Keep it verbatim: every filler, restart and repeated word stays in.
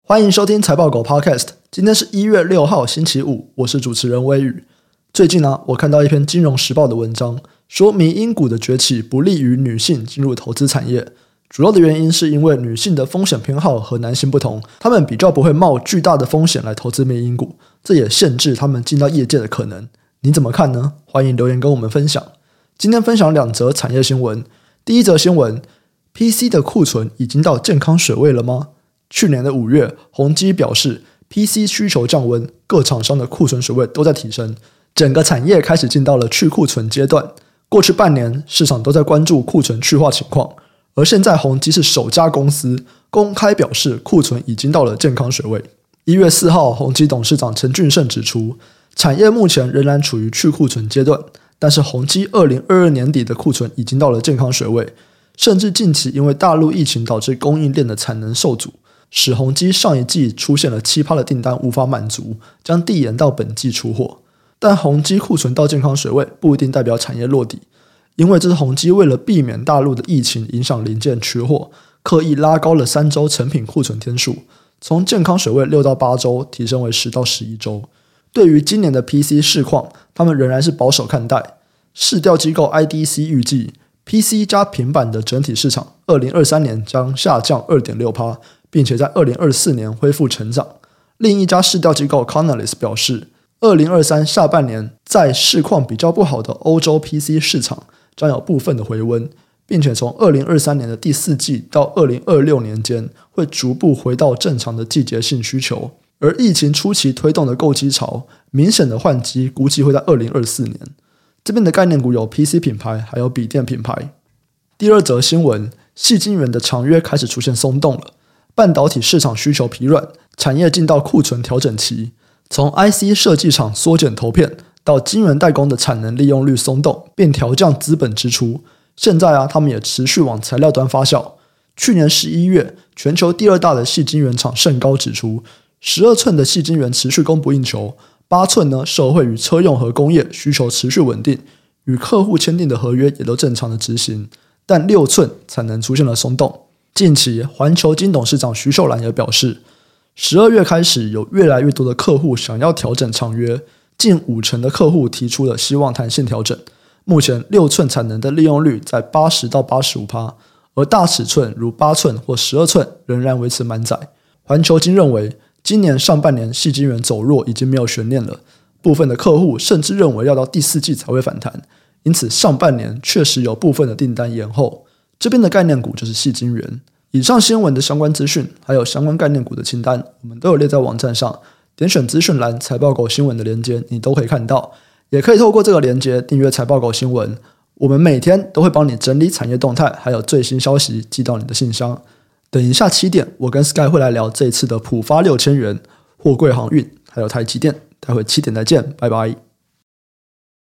欢迎收听财报狗 Podcast， 今天是一月六号星期五，我是主持人微宇。最近啊，我看到一篇金融时报的文章，说迷因股的崛起不利于女性进入投资产业，主要的原因是因为女性的风险偏好和男性不同，她们比较不会冒巨大的风险来投资迷因股，这也限制她们进到业界的可能。你怎么看呢？欢迎留言跟我们分享。今天分享两则产业新闻。第一则新闻， P C 的库存已经到健康水位了吗？去年的五月，宏基表示 P C 需求降温，各厂商的库存水位都在提升，整个产业开始进到了去库存阶段。过去半年，市场都在关注库存去化情况，而现在宏基是首家公司公开表示库存已经到了健康水位。一月四号，宏基董事长陈俊盛指出，产业目前仍然处于去库存阶段，但是宏基二零二二年底的库存已经到了健康水位，甚至近期因为大陆疫情导致供应链的产能受阻，使宏基上一季出现了 百分之七 的订单无法满足，将递延到本季出货。但宏基库存到健康水位不一定代表产业落底，因为这是宏基为了避免大陆的疫情影响零件缺货，刻意拉高了三周成品库存天数，从健康水位六到八周提升为十到十一周。对于今年的 P C 市况，他们仍然是保守看待。市调机构 I D C 预计 P C 加平板的整体市场二零二三年将下降 百分之二点六， 并且在二零二四年恢复成长。另一家市调机构 Canalys 表示，二零二三下半年在市况比较不好的欧洲 P C 市场将有部分的回温，并且从二零二三年的第四季到二零二六年间会逐步回到正常的季节性需求。而疫情初期推动的购机潮明显的换机估计会在二零二四年。这边的概念股有 P C 品牌还有笔电品牌。第二则新闻，矽晶圆的长约开始出现松动了，半导体市场需求疲软，产业进到库存调整期。从 I C 设计厂缩减投片到晶圆代工的产能利用率松动并调降资本支出，现在啊，他们也持续往材料端发酵。去年十一月，全球第二大的矽晶圆厂盛高指出，十二寸的矽晶圆持续供不应求，八寸呢受惠于车用和工业需求持续稳定，与客户签订的合约也都正常的执行，但六寸产能出现了松动。近期环球金董事长徐秀兰也表示，十二月开始有越来越多的客户想要调整长约，近五成的客户提出了希望弹性调整。目前六寸产能的利用率在 百分之八十到百分之八十五， 而大尺寸如八寸或十二寸仍然维持满载。环球金认为，今年上半年矽晶圆走弱已经没有悬念了，部分的客户甚至认为要到第四季才会反弹，因此上半年确实有部分的订单延后。这边的概念股就是矽晶圆。以上新闻的相关资讯还有相关概念股的清单，我们都有列在网站上，点选资讯栏财报狗新闻的连结，你都可以看到，也可以透过这个连结订阅财报狗新闻。我们每天都会帮你整理产业动态还有最新消息寄到你的信箱。等一下七点，我跟 Sky 会来聊这一次的普发六千元、货柜航运还有台积电，待会七点再见，拜拜。